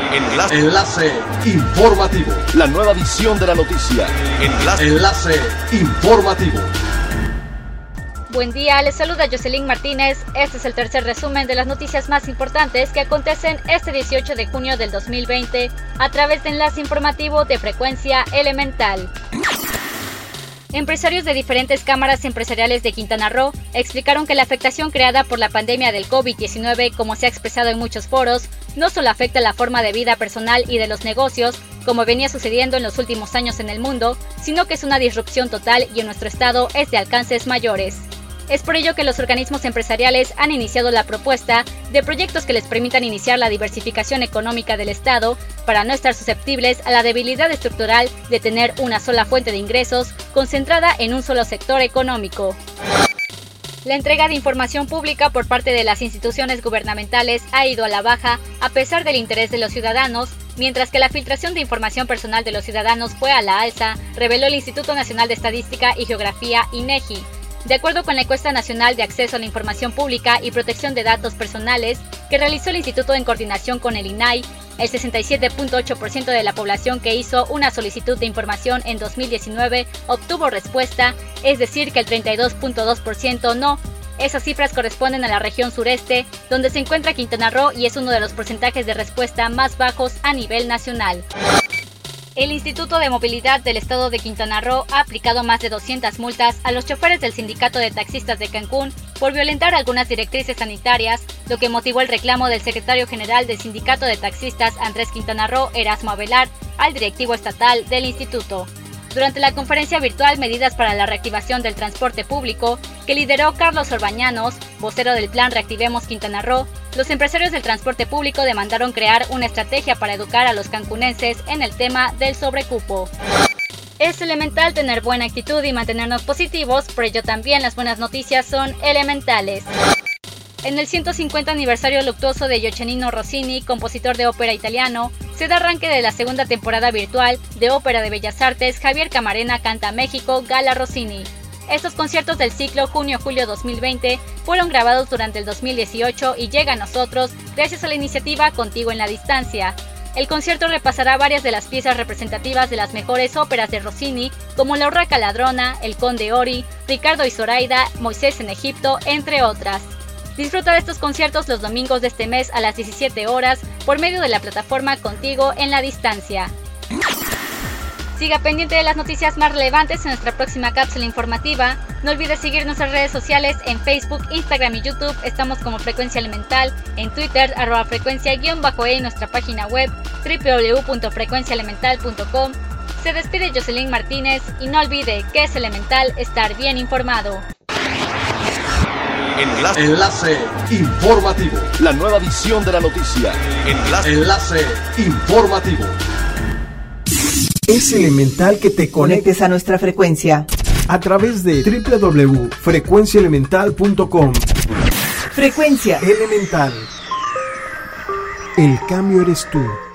Enlace informativo. La nueva edición de la noticia. Enlace informativo. Buen día, les saluda Jocelyn Martínez. Este es el tercer resumen de las noticias más importantes que acontecen este 18 de junio del 2020 a través de Enlace Informativo de Frecuencia Elemental. Empresarios de diferentes cámaras empresariales de Quintana Roo explicaron que la afectación creada por la pandemia del COVID-19, como se ha expresado en muchos foros, no solo afecta la forma de vida personal y de los negocios, como venía sucediendo en los últimos años en el mundo, sino que es una disrupción total y en nuestro estado es de alcances mayores. Es por ello que los organismos empresariales han iniciado la propuesta de proyectos que les permitan iniciar la diversificación económica del Estado para no estar susceptibles a la debilidad estructural de tener una sola fuente de ingresos concentrada en un solo sector económico. La entrega de información pública por parte de las instituciones gubernamentales ha ido a la baja a pesar del interés de los ciudadanos, mientras que la filtración de información personal de los ciudadanos fue a la alza, reveló el Instituto Nacional de Estadística y Geografía, INEGI. De acuerdo con la encuesta nacional de acceso a la información pública y protección de datos personales que realizó el instituto en coordinación con el INAI, el 67.8% de la población que hizo una solicitud de información en 2019 obtuvo respuesta, es decir que el 32.2% no. Esas cifras corresponden a la región sureste, donde se encuentra Quintana Roo y es uno de los porcentajes de respuesta más bajos a nivel nacional. El Instituto de Movilidad del Estado de Quintana Roo ha aplicado más de 200 multas a los choferes del Sindicato de Taxistas de Cancún por violentar algunas directrices sanitarias, lo que motivó el reclamo del secretario general del Sindicato de Taxistas Andrés Quintana Roo, Erasmo Avelar, al directivo estatal del instituto. Durante la conferencia virtual Medidas para la Reactivación del Transporte Público, que lideró Carlos Orbañanos, vocero del Plan Reactivemos Quintana Roo, los empresarios del transporte público demandaron crear una estrategia para educar a los cancunenses en el tema del sobrecupo. Es elemental tener buena actitud y mantenernos positivos, por ello también las buenas noticias son elementales. En el 150 aniversario luctuoso de Gioacchino Rossini, compositor de ópera italiano, se da arranque de la segunda temporada virtual de Ópera de Bellas Artes Javier Camarena Canta México Gala Rossini. Estos conciertos del ciclo junio-julio 2020 fueron grabados durante el 2018 y llega a nosotros gracias a la iniciativa Contigo en la Distancia. El concierto repasará varias de las piezas representativas de las mejores óperas de Rossini, como La Urraca Ladrona, El Conde Ori, Ricardo y Zoraida, Moisés en Egipto, entre otras. Disfruta de estos conciertos los domingos de este mes a las 17 horas por medio de la plataforma Contigo en la Distancia. Siga pendiente de las noticias más relevantes en nuestra próxima cápsula informativa. No olvides seguir nuestras redes sociales en Facebook, Instagram y YouTube. Estamos como Frecuencia Elemental, en Twitter, @frecuencia_e y nuestra página web www.frecuenciaelemental.com. Se despide Jocelyn Martínez y no olvide que es elemental estar bien informado. Enlace informativo. La nueva edición de la noticia. Enlace informativo. Es elemental que te conectes a nuestra frecuencia a través de www.frecuenciaelemental.com. Frecuencia Elemental. El cambio eres tú.